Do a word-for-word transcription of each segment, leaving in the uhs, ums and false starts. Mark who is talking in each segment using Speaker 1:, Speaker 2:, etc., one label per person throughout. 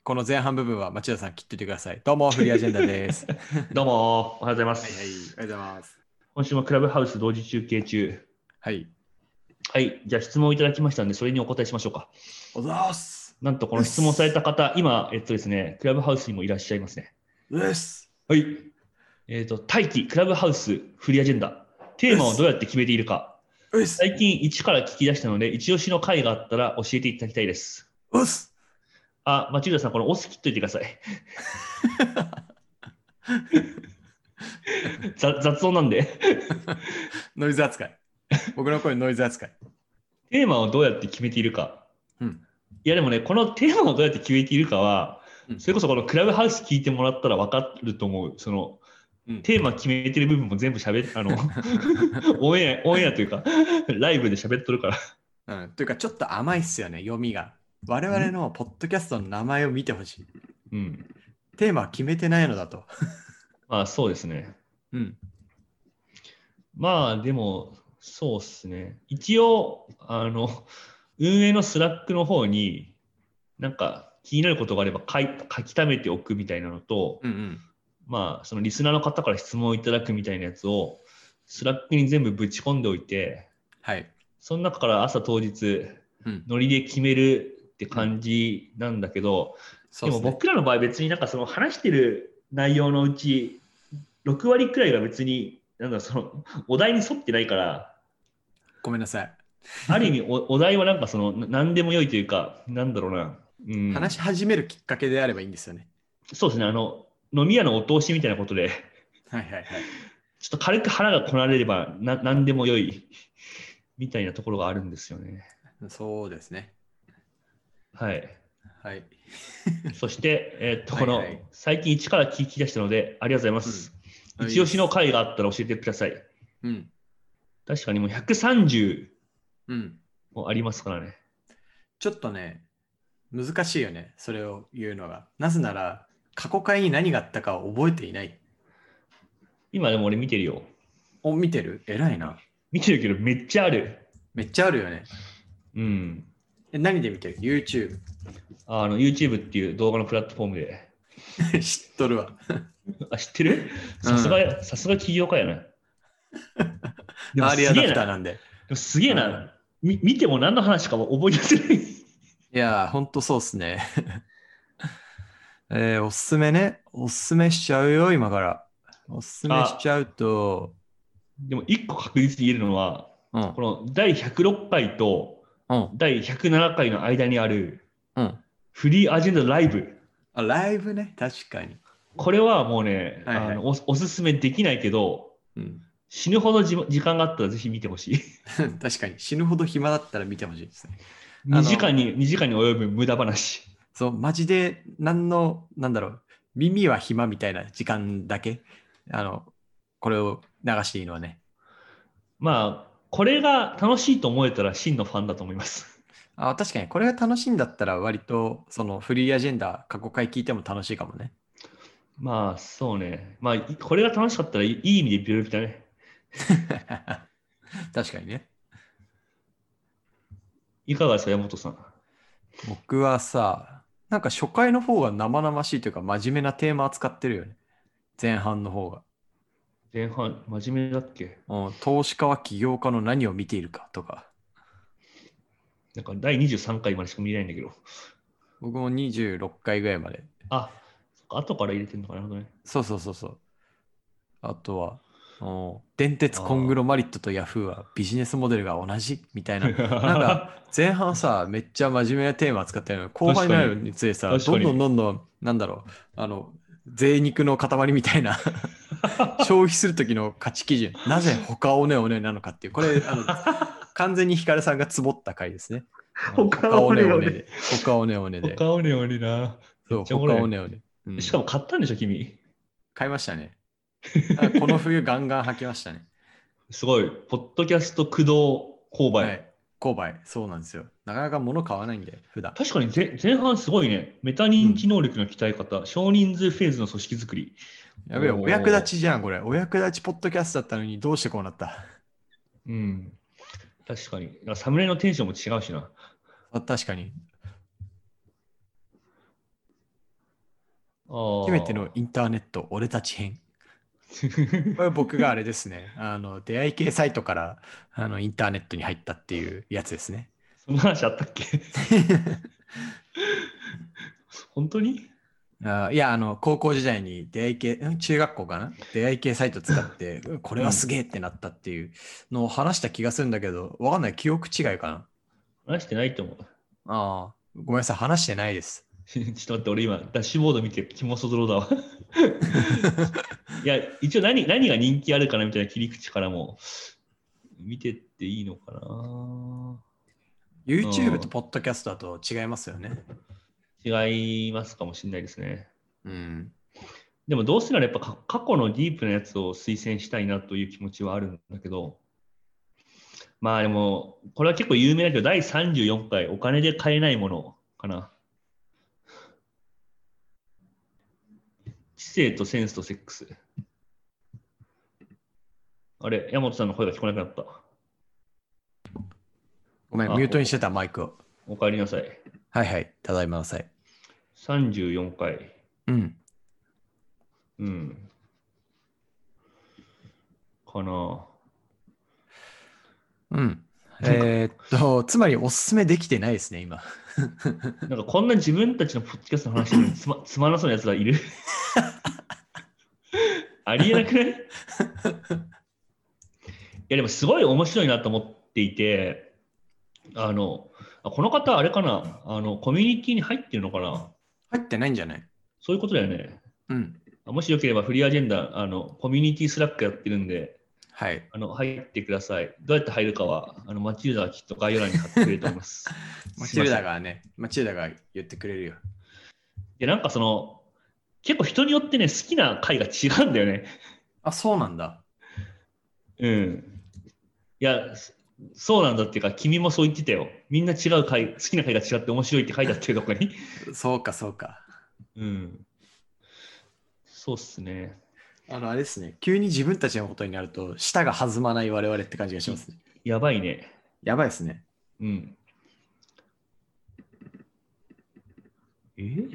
Speaker 1: この前半部分は町田さん切っておいてください。どうも、フリーアジェンダです。
Speaker 2: どうも、おはようございま
Speaker 1: はいはい、あり
Speaker 2: す。
Speaker 1: がとうございます。
Speaker 2: 今週もクラブハウス同時中継中。
Speaker 1: はい。
Speaker 2: はい、じゃあ質問をいただきましたので、それにお答えしましょうか。
Speaker 1: おはようございます。
Speaker 2: なんとこの質問された方、今、えっとですね、クラブハウスにもいらっしゃいますね。
Speaker 1: うっす。
Speaker 2: はい。えっと、大気、クラブハウス、フリーアジェンダ。テーマをどうやって決めているか。
Speaker 1: うっす。
Speaker 2: 最近一から聞き出したので、一押しの回があったら教えていただきたいです。
Speaker 1: うっす。
Speaker 2: あ、町浦さん、この押す切っといてください。雑雑音なんで。
Speaker 1: ノイズ扱い。僕の声ノイズ扱い。
Speaker 2: テーマをどうやって決めているか。
Speaker 1: うん。
Speaker 2: いやでもね、このテーマをどうやって決めているかは、
Speaker 1: うん、
Speaker 2: それこそこのクラブハウス聞いてもらったら分かると思う。その、
Speaker 1: うん、
Speaker 2: テーマ決めてる部分も全部喋っあの、オンエア、オンエアというか、ライブで喋っとるから。
Speaker 1: うん。というか、ちょっと甘いっすよね、読みが。我々のポッドキャストの名前を見てほしい。
Speaker 2: うん。
Speaker 1: テーマは決めてないのだと。
Speaker 2: まあそうですね。
Speaker 1: うん。
Speaker 2: まあでも、そうですね。一応、あの、運営のスラックの方に、なんか気になることがあれば書い書き溜めておくみたいなのと、
Speaker 1: うんうん。
Speaker 2: まあ、そのリスナーの方から質問をいただくみたいなやつを、スラックに全部ぶち込んでおいて、
Speaker 1: はい。
Speaker 2: その中から朝当日、
Speaker 1: うん。
Speaker 2: ノリで決めるって
Speaker 1: うん、
Speaker 2: 感じなんだけど、でも
Speaker 1: そうですね。
Speaker 2: 僕らの場合別になんかその話してる内容のうち、ろく割くらいが別に、なんだそのお題に沿ってないから、
Speaker 1: ごめんなさい。
Speaker 2: ある意味おお題はなんかそのな何でも良いというか、なんだろうな、うん、
Speaker 1: 話し始めるきっかけであればいいんですよね。
Speaker 2: そうですね、あの、飲み屋のお通しみたいなことで、
Speaker 1: はいはいはい。
Speaker 2: ちょっと軽く腹がこなれればな何でも良いみたいなところがあるんですよね。
Speaker 1: そうですね。
Speaker 2: はい。
Speaker 1: はい。
Speaker 2: そして、えーっと、こ
Speaker 1: はいはい。
Speaker 2: の、最近一から聞き出したので、ありがとうございま
Speaker 1: うん。
Speaker 2: す。
Speaker 1: はい
Speaker 2: 一押しの
Speaker 1: です。
Speaker 2: 回があったら教えてください。
Speaker 1: うん。
Speaker 2: 確かにもうひゃくさんじゅ
Speaker 1: うん。
Speaker 2: うもありますからね。
Speaker 1: ちょっとね、難しいよね。それを言うのが。なぜなら、過去回に何があったかを覚えていない。
Speaker 2: 今でも俺見てるよ。
Speaker 1: お、見てる偉いな。
Speaker 2: 見てるけどめっちゃある。
Speaker 1: めっちゃあるよね。
Speaker 2: うん。
Speaker 1: え、何で見てる ?YouTube。
Speaker 2: あの、YouTube っていう動画のプラットフォームで。
Speaker 1: 知っとるわ。
Speaker 2: あ、知ってる？
Speaker 1: うん。
Speaker 2: さすが、さすが起業家やな。でも
Speaker 1: アーリーアダ
Speaker 2: すげえな。
Speaker 1: プターなんで。
Speaker 2: でもすげえ
Speaker 1: うん。
Speaker 2: な。み見ても何の話かも覚えてない。
Speaker 1: いやー、ほんとそうっすね。えーおすすめね。おすすめしちゃうよ、今から。おすすめしち
Speaker 2: あ、
Speaker 1: ゃうと、
Speaker 2: でも一個確実に言えるのは、
Speaker 1: うん、
Speaker 2: このだいひゃくろっかいと
Speaker 1: うん、
Speaker 2: だいひゃくななかいの間にある
Speaker 1: うん。
Speaker 2: フリーアジェンダライブ。
Speaker 1: あ、ライブね。確かに。
Speaker 2: これはもうね、
Speaker 1: はいはい。
Speaker 2: あのお、おすすめできないけど、
Speaker 1: うん。
Speaker 2: 死ぬほどじ時間があったらぜひ見てほしい。
Speaker 1: 確かに。死ぬほど暇だったら見てほしいですね。あ
Speaker 2: 2時間
Speaker 1: の、
Speaker 2: に、にじかんに及ぶ無駄話。
Speaker 1: そう、マジで、何の、なんだろう、耳は暇みたいな時間だけ、あの、これを流していいのはね。
Speaker 2: まあ、これが楽しいと思えたら真のファンだと思います。
Speaker 1: あ、確かに、これが楽しいんだったら、割と、その、フリーアジェンダ、過去回聞いても楽しいかもね。
Speaker 2: まあ、そうね。まあ、いこれが楽しかったらいい意味でビロビタね。
Speaker 1: 確かにね。
Speaker 2: いかがですか、山本さん。
Speaker 1: 僕はさ、なんか初回の方が生々しいというか、真面目なテーマ扱ってるよね。前半の方が。
Speaker 2: 前半、真面目だっけ？
Speaker 1: うん、投資家は起業家の何を見ているかとか。
Speaker 2: なんかだいにじゅうさんかいまでしか見れないんだけど。
Speaker 1: 僕もにじゅうろっかいぐらいまで。
Speaker 2: あ、そっか後から入れてんのかなるほどね。
Speaker 1: そうそうそうそう。あとは、お電鉄コング
Speaker 2: あ
Speaker 1: ロマリットとヤフーはビジネスモデルが同じみたいな。なんか
Speaker 2: あ。
Speaker 1: 前半さ、めっちゃ真面目なテーマ扱ってるのに、後半になる
Speaker 2: 確かに。
Speaker 1: につれさ、どんどん
Speaker 2: 確かに。
Speaker 1: どんどん、なんだろう、あの、贅肉の塊みたいな消費するときの価値基準、なぜ他をねおねなのかっていう、これ、あの、完全にヒカルさんがツボった回ですね。あの他を
Speaker 2: 他をね、俺。
Speaker 1: ねおねで、他をねおねで、
Speaker 2: 他をね、俺な。めっ
Speaker 1: そう、
Speaker 2: ちゃおもろい。
Speaker 1: 他をねおね。うん。
Speaker 2: しかも買ったんでしょ、君。
Speaker 1: 買いましたね。あ、この冬ガンガン履きましたね。
Speaker 2: すごい。ポッドキャスト駆動購買。
Speaker 1: はい。購買。そうなんですよ。なかなか物買わないんで、普段。
Speaker 2: 確かに前前半すごいね。メタ認知
Speaker 1: うん。
Speaker 2: 能力の鍛え方、少人数フェーズの組織づくり。
Speaker 1: やべえ、お役立
Speaker 2: おー。
Speaker 1: ちじゃん、これ。お役立ちポッドキャストだったのに、どうしてこうなった？
Speaker 2: うん。確かに。サムネのテンションも違うしな。
Speaker 1: あ、確かに。 初めてのインターネット俺たち編。これ僕があれですね、あの出会い系サイトからあのインターネットに入ったっていうやつですね。
Speaker 2: その話あったっけ本当に？
Speaker 1: あいや、あの高校時代に出会い系、ん中学校かな出会い系サイト使って、うんこれはすげえってなったっていうのを話した気がするんだけど、わかんない、記憶違いかな。
Speaker 2: 話してないと思う。
Speaker 1: ああ、ごめんなさい、話してないです。
Speaker 2: ちょっと待って、俺今、ダッシュボード見て、気もそぞろだわ。いや、一応何、何が人気あるかなみたいな切り口からも見てっていいのかな。
Speaker 1: YouTube とポッドキャストだと違いますよね。
Speaker 2: 違いますかもしれないですね。
Speaker 1: うん。
Speaker 2: でもどうせならやっぱか過去のディープなやつを推薦したいなという気持ちはあるんだけど、まあでも、これは結構有名だけど、だいさんじゅうよんかいお金で買えないものかな。知性とセンスとセックス。あれ、山本さんの声が聞こえなくなった。
Speaker 1: ごめん、
Speaker 2: あ
Speaker 1: ミュートにしてたマイクを。
Speaker 2: お帰りなさい。
Speaker 1: はいはい、ただいまなさい。
Speaker 2: さんじゅうよんかい。
Speaker 1: うん。
Speaker 2: うん。かな。
Speaker 1: うん。えー、っと、つまりおすすめできてないですね、今。
Speaker 2: なんかこんな自分たちのポッドキャストの話してるのにつまつまらなそうなやつがいるありえなくない？いやでもすごい面白いなと思っていて、あの、あこの方あれかな、あの、コミュニティに入ってるのかな？
Speaker 1: 入ってないんじゃない？
Speaker 2: そういうことだよね。
Speaker 1: うん。
Speaker 2: もしよければフリーアジェンダ、あの、コミュニティスラックやってるんで、
Speaker 1: はい。
Speaker 2: あの入ってください。どうやって入るかは、あのマチルダがきっと概要欄に貼ってくれると思います。
Speaker 1: マチルダがね、マチルダが言ってくれるよ。
Speaker 2: で、なんかその、結構人によってね、好きな回が違うんだよね。
Speaker 1: あ、そうなんだ。
Speaker 2: うん。いや、そうなんだっていうか、君もそう言ってたよ。みんな違う回、好きな回が違って面白いって書いてあってるとこに。
Speaker 1: そうか、そうか。
Speaker 2: うん。そうっすね。
Speaker 1: あの、あれですね。急に自分たちのことになると、舌が弾まない我々って感じがしますね。
Speaker 2: やばいね。
Speaker 1: やばいですね。
Speaker 2: うん。え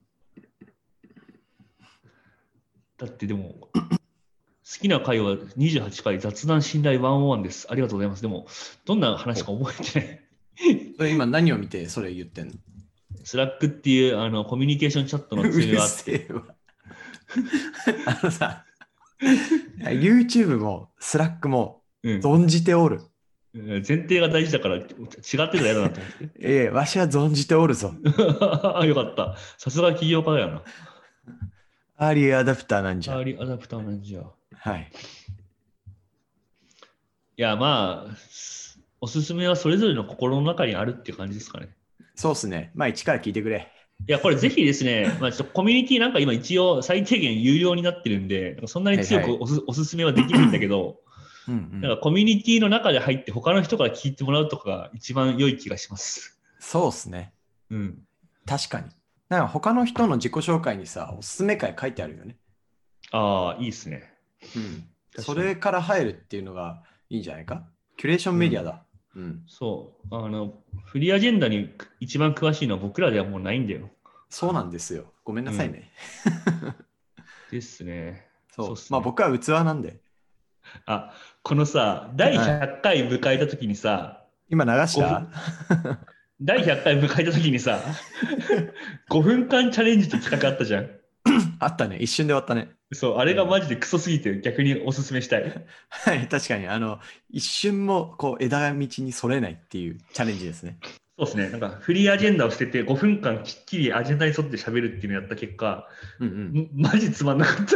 Speaker 2: だってでも、好きな回はにじゅうはちかい雑談信頼ひゃくいちです。ありがとうございます。でも、どんな話か覚えてない。
Speaker 1: それ今何を見てそれ言ってんの？
Speaker 2: スラックっていうあのコミュニケーションチャットのツールがあって。
Speaker 1: うるせえわ。あのさ、YouTube も Slack も存じておる。
Speaker 2: うん、前提が大事だから違ってたら嫌だなと思って。
Speaker 1: ええ、わしは存じておるぞ。
Speaker 2: よかった。さすが起業家だよな。
Speaker 1: アーリーアダプターなんじゃ。
Speaker 2: アーリーアダプターなんじゃ。
Speaker 1: はい。
Speaker 2: いや、まあ、おすすめはそれぞれの心の中にあるっていう感じですかね。
Speaker 1: そうっすね。まあ、一から聞いてくれ。
Speaker 2: いや、これぜひですね、まあ、ちょっとコミュニティなんか今一応最低限有料になってるんで、そんなに強くおす、はいはい、おすすめはできないんだけど、うんうん、なんかコミュニティの中で入って他の人から聞いてもらうとかが一番良い気がします。
Speaker 1: そうっすね。
Speaker 2: うん。
Speaker 1: 確かに。なんか他の人の自己紹介にさ、おすすめ会書いてあるよね。
Speaker 2: ああ、いいっすね。
Speaker 1: うん。それから入るっていうのがいいんじゃないか。キュレーションメディアだ。うん。うん、
Speaker 2: そう。あの、フリーアジェンダに一番詳しいのは僕らではもうないんだよ。
Speaker 1: そうなんですよ。ごめんなさいね。
Speaker 2: うん、ですね。
Speaker 1: そう。そうっすね。まあ僕は器なんで。
Speaker 2: あ、このさ、だいひゃっかい迎えたときにさ、
Speaker 1: 今流した
Speaker 2: だいひゃっかい迎えたときにさ、ごふんかんチャレンジって企画あったじゃん。
Speaker 1: あったね。一瞬で終わったね。
Speaker 2: そう、あれがマジでクソすぎて逆におすすめしたい。
Speaker 1: はい、確かに。あの、一瞬もこう枝道にそれないっていうチャレンジですね。
Speaker 2: そうですね。なんかフリーアジェンダを捨ててごふんかんきっちりアジェンダに沿って喋るっていうのをやった結果、うんうん、マジつまんなかった。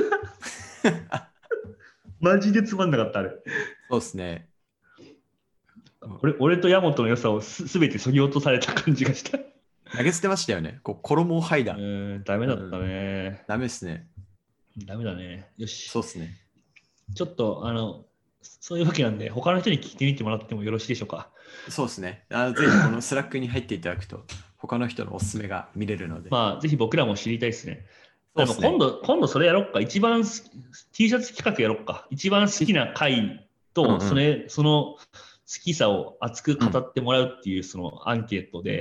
Speaker 2: マジでつまんなかった、あれ。
Speaker 1: そうですね。
Speaker 2: 俺, 俺とヤモトの良さをすすべてそぎ落とされた感じがした。
Speaker 1: 投げ捨てましたよね。こう衣を剥いだ。
Speaker 2: うん、ダメだったね。
Speaker 1: うん、ダメですね。
Speaker 2: ダメだね。よし。
Speaker 1: そうですね。
Speaker 2: ちょっと、あの、そういうわけなんで、他の人に聞いてみてもらってもよろしいでしょうか。
Speaker 1: そうですね。あぜひこのスラックに入っていただくと、他の人のおすすめが見れるので。
Speaker 2: まあ、ぜひ僕らも知りたいですね。でも今度、今度それやろっか。一番 T シャツ企画やろっか。一番好きな回と、それ、うんうん、その好きさを熱く語ってもらうっていうそのアンケートで、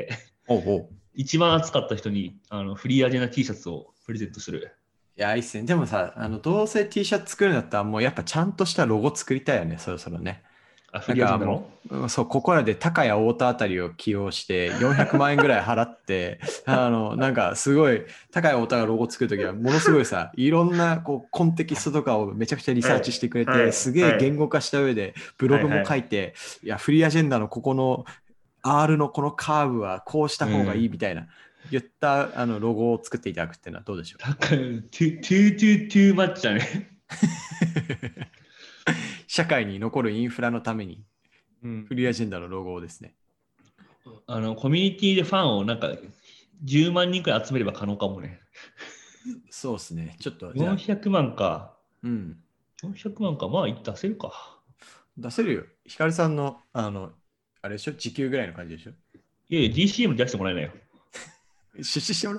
Speaker 1: おうおう。
Speaker 2: 一番熱かった人にあのフリーアジェンダ T シャツをプレゼントする。
Speaker 1: いや、いいっすね。でもさ、あの、どうせ T シャツ作るんだったら、もうやっぱちゃんとしたロゴ作りたいよね、そろそろね。
Speaker 2: あ、フ
Speaker 1: なん
Speaker 2: リーアジェ
Speaker 1: かも
Speaker 2: ンダの
Speaker 1: う、うんそう、ここらで高谷太田あたりを起用してよんひゃくまん円ぐらい払って、あの、なんかすごい、高谷太田がロゴ作るときは、ものすごいさ、いろんなこうコンテキストとかをめちゃくちゃリサーチしてくれて、
Speaker 2: はいはい
Speaker 1: すげえ言語化した上で、ブログも書いて、いや、フリーアジェンダのここの R のこのカーブはこうした方がいいみたいな、言ったあのロゴを作っていただくっていうのはどうでしょう。
Speaker 2: 高い、トゥ、トゥ、トゥ、トゥマッチだね。
Speaker 1: 社会に残るインフラのために、
Speaker 2: うん
Speaker 1: フリーアジェンダのロゴをですね。
Speaker 2: あの、コミュニティでファンをなんかじゅうまん人くらい集めれば可能かもね。
Speaker 1: そうですね。ちょっと、じゃあ、
Speaker 2: よんひゃくまんか。
Speaker 1: うん。
Speaker 2: よんひゃくまんか。まあ、出せるか。
Speaker 1: 出せるよ。ヒカルさんの、あの、あれでしょ時給ぐらいの感じでしょ
Speaker 2: いやいや、ディーシーエム 出してもらえないよ。
Speaker 1: 出資してもらう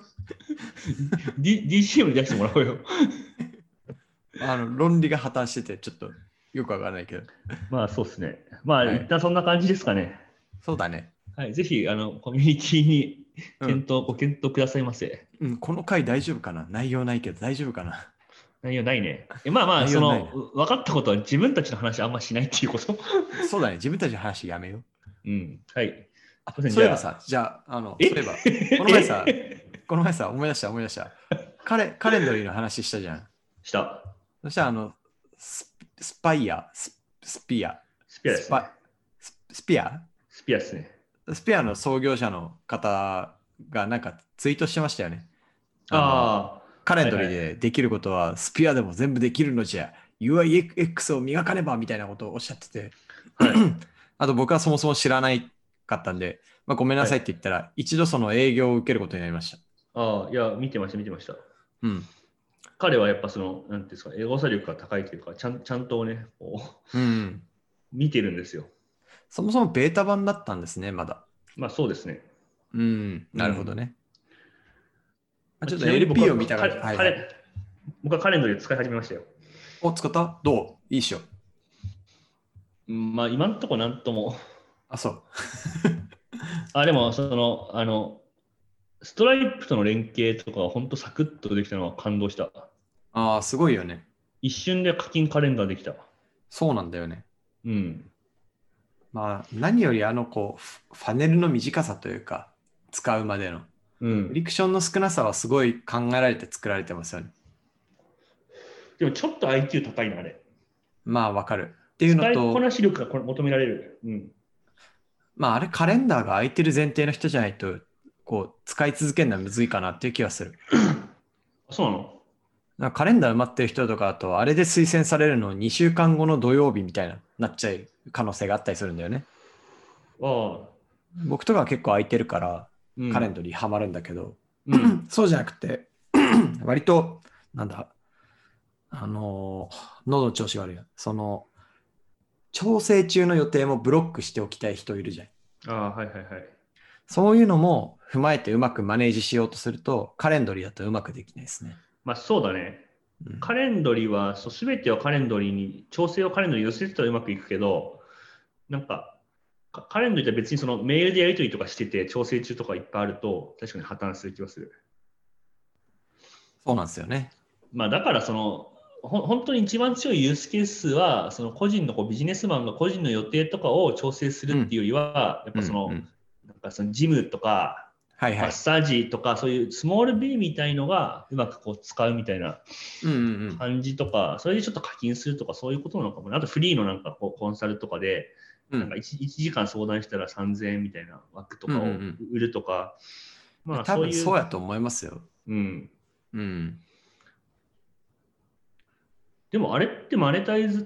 Speaker 2: D、ディーシーエム 出してもらおうよ。
Speaker 1: あの、論理が破綻してて、ちょっとよくわからないけど。
Speaker 2: まあ、そうですね。まあ、
Speaker 1: はい
Speaker 2: 一旦そんな感じですかね。
Speaker 1: そうだね。
Speaker 2: はい。ぜひ、あの、コミュニティに
Speaker 1: うん
Speaker 2: 検討、ご検討くださいませ。
Speaker 1: うん、この回大丈夫かな内容ないけど大丈夫かな
Speaker 2: 内容ないね。えまあまあ、そ
Speaker 1: 内容ないね
Speaker 2: の、分かったことは自分たちの話あんましないっていうこと。
Speaker 1: そうだね。自分たちの話やめよう。
Speaker 2: うん。はい。
Speaker 1: あ
Speaker 2: すいません
Speaker 1: そういえばさ、じゃあ、あの、
Speaker 2: え
Speaker 1: そういえば、この前さ、
Speaker 2: え
Speaker 1: この前さ、思い出した思い出した。カレカレンドリーの話したじゃん。
Speaker 2: した。
Speaker 1: そしたら、あの、ススパイア、ススピア、
Speaker 2: スピアですね。
Speaker 1: パススピア
Speaker 2: スピアですね。
Speaker 1: スペアの創業者の方がなんかツイートしてましたよね。あの
Speaker 2: ああ。
Speaker 1: カレンドリー
Speaker 2: はいはい
Speaker 1: でできることはスピアでも全部できるのじゃ。ユーアイエックス を磨かねばみたいなことをおっしゃってて。
Speaker 2: はい
Speaker 1: あと僕はそもそも知らないかったんで、まあ、ごめんなさいって言ったら、一度その営業を受けることになりました。
Speaker 2: ああ、いや、見てました、見てました。
Speaker 1: うん。
Speaker 2: 彼はやっぱその、なんていうんですか、エゴサ力が高いというか、ちゃんちゃんとね、こう、
Speaker 1: うん。
Speaker 2: 見てるんですよ。
Speaker 1: そもそもベータ版だったんですね、まだ。
Speaker 2: まあそうですね。
Speaker 1: うん。なるほどね。まあ、ちょっと
Speaker 2: ちなみに僕
Speaker 1: エルピー
Speaker 2: は
Speaker 1: を見たら、
Speaker 2: 彼
Speaker 1: はいはい、
Speaker 2: 彼僕はカレンドで使い始めましたよ。
Speaker 1: お、使ったどういいっしょ。
Speaker 2: うんまあ今んとこなんとも。
Speaker 1: あ、そう。
Speaker 2: あ、でも、その、あの、ストライプとの連携とかは本当サクッとできたのは感動した。
Speaker 1: ああ、すごいよね。
Speaker 2: 一瞬で課金カレンダーできた。
Speaker 1: そうなんだよね。
Speaker 2: うん。
Speaker 1: まあ、何よりあのこうフファネルの短さというか、使うまでの。
Speaker 2: うん。
Speaker 1: フリクションの少なさはすごい考えられて作られてますよね。
Speaker 2: でもちょっと アイキュー 高いな、あれ。
Speaker 1: まあ、わかる。っていうの
Speaker 2: 使いことなし力がこれ求められる。うん。
Speaker 1: まあ、あれカレンダーが空いてる前提の人じゃないと、こう、使い続けるのはむずいかなっていう気がする。
Speaker 2: あそうなの
Speaker 1: なんかカレンダー埋まってる人とかだと、あれで推薦されるのにしゅうかんごの土曜日みたいな、なっちゃう可能性があったりするんだよね。
Speaker 2: ああ。
Speaker 1: 僕とかは結構空いてるから、
Speaker 2: うん、
Speaker 1: カレンダーにハマるんだけど、
Speaker 2: うん、
Speaker 1: そうじゃなくて、割と、なんだ、あのー喉の調子悪いや。その、調整中の予定もブロックしておきたい人いるじゃん。
Speaker 2: ああ、はいはいはい。
Speaker 1: そういうのも踏まえてうまくマネージしようとすると、カレンドリーだとうまくできないですね。
Speaker 2: まあそうだね。
Speaker 1: うん、
Speaker 2: カレンドリーは、そう、すべてをカレンドリーに、調整をカレンドリーに寄せてたらうまくいくけど、なんか、カカレンドリーって別にそのメールでやり取りとかしてて、調整中とかいっぱいあると、確かに破綻する気がする。
Speaker 1: そうなんですよね。
Speaker 2: まあだからその、ほ本当に一番強いユースケースは、その個人のこうビジネスマンが個人の予定とかを調整するっていうよりは、やっぱその、
Speaker 1: うんうん、
Speaker 2: なんかそのジムとか、
Speaker 1: はいはい。
Speaker 2: マッサージとか、そういうスモール B みたいのがうまくこう使うみたいな
Speaker 1: うんうんうん、
Speaker 2: 感じとか、それでちょっと課金するとか、そういうことなのかもね。あとフリーのなんかこうコンサルとかで、
Speaker 1: うん
Speaker 2: なんか 1, いちじかん相談したらさんぜんえんみたいな枠とかを
Speaker 1: うんうんうん
Speaker 2: 売るとか、まあ
Speaker 1: 多分
Speaker 2: そういう。
Speaker 1: そうやと思いますよ。
Speaker 2: うん。
Speaker 1: うん。
Speaker 2: でもあれってマネタイズって、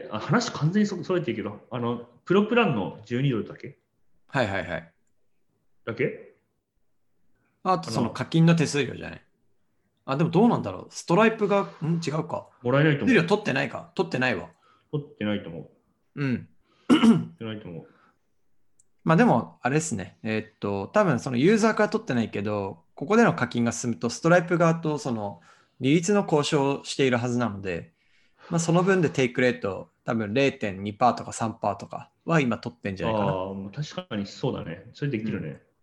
Speaker 2: あ話完全にそそれてるけど、あの、プロプランのじゅうにドルだけ
Speaker 1: はいはいはい。
Speaker 2: だけ
Speaker 1: あとその課金の手数料じゃない。あ、でもどうなんだろう。ストライプが、ん違うか。
Speaker 2: もらえないと思う。
Speaker 1: 手数料取ってないか。取ってないわ。
Speaker 2: 取ってないと思う。
Speaker 1: うん。
Speaker 2: 取ってないと思う。
Speaker 1: まあでも、あれですね。えーっと、多分そのユーザーから取ってないけど、ここでの課金が進むと、ストライプ側とその利率の交渉をしているはずなので、まあ、その分でテイクレート、多分 れいてんにパーセント とか さんパーセント とかは今取ってんじゃないかな。
Speaker 2: ああ、確かにそうだね。それできるね。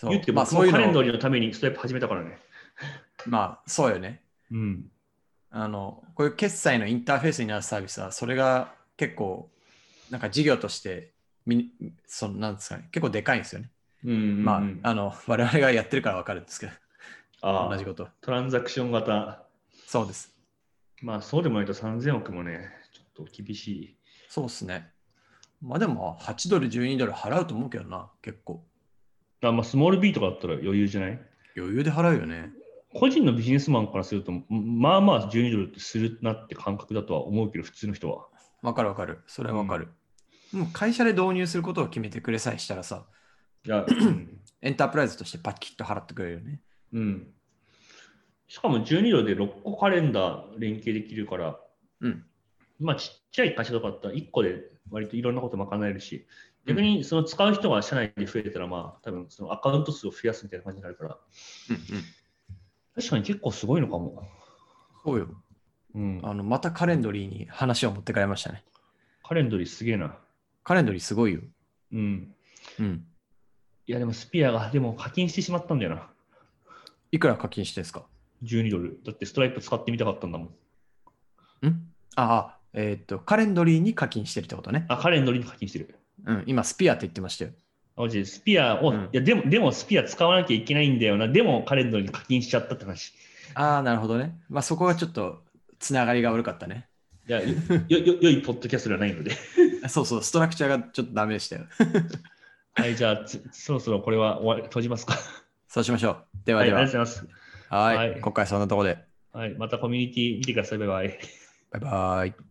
Speaker 1: そう
Speaker 2: 言って
Speaker 1: まあそういうの
Speaker 2: 僕もカレンダリーのためにストライプ始めたからね。
Speaker 1: まあそうよね。
Speaker 2: うん。
Speaker 1: あの、こういう決済のインターフェースになるサービスは、それが結構、なんか事業としてみ、そのなんですかね、結構でかいんですよね。
Speaker 2: うんうんうん、
Speaker 1: まあ、あの、我々がやってるから分かるんですけど、
Speaker 2: ああ
Speaker 1: 同じこと。
Speaker 2: トランザクション型。
Speaker 1: そうです。
Speaker 2: まあそうでもないとさんぜんおくもね、ちょっと厳しい。
Speaker 1: そうですね。まあでも、はちドル、じゅうにドル払うと思うけどな、結構。
Speaker 2: あまあスモールビーとかだったら余裕じゃない？
Speaker 1: 余裕で払うよね。
Speaker 2: 個人のビジネスマンからすると、まあまあじゅうにドルってするなって感覚だとは思うけど、普通の人は。
Speaker 1: わかるわかる。それはわかる。もう会社で導入することを決めてくれさえしたらさ、
Speaker 2: いや、うん。
Speaker 1: エンタープライズとしてパキッと払ってくれるよね。
Speaker 2: うん、しかもじゅうにドルでろっこカレンダー連携できるから、
Speaker 1: うん。
Speaker 2: まあちっちゃい会社とかだったらいっこで割といろんなこと賄えるし、
Speaker 1: うん
Speaker 2: 逆にその使う人が社内で増えたら、まあ多分そのアカウント数を増やすみたいな感じになるから、
Speaker 1: うんうん。
Speaker 2: 確かに結構すごいのかも。
Speaker 1: そうよ。
Speaker 2: うん。
Speaker 1: あの、またカレンドリーに話を持ってかれましたね。
Speaker 2: カレンドリーすげえな。
Speaker 1: カレンドリーすごいよ。
Speaker 2: うん。
Speaker 1: うん。
Speaker 2: いやでもスピアがでも課金してしまったんだよな。
Speaker 1: いくら課金してんですか？
Speaker 2: じゅうにドル。だってストライプ使ってみたかったんだもん。
Speaker 1: んああ、えーっと、カレンドリーに課金してるってことね。
Speaker 2: あ、カレンドリーに課金してる。
Speaker 1: うん、今、スピアって言ってましたよ。
Speaker 2: あマジでスピアを、
Speaker 1: うん
Speaker 2: いやでも、でもスピア使わなきゃいけないんだよな。でもカレンドリーに課金しちゃったって話。
Speaker 1: ああ、なるほどね。まあ、そこがちょっとつながりが悪かったね。
Speaker 2: いや、よ、よ、よ良いポッドキャストではないので。
Speaker 1: そうそう、ストラクチャーがちょっとダメでしたよ。
Speaker 2: はい、じゃあ、つそろそろこれは終わり閉じますか。
Speaker 1: そうしましょう。では
Speaker 2: はい、
Speaker 1: では。
Speaker 2: ありがとうございます。
Speaker 1: はい。
Speaker 2: はい
Speaker 1: 今回はそんなところで。
Speaker 2: はい、またコミュニティ見てください。バイバイ。
Speaker 1: バイバイ。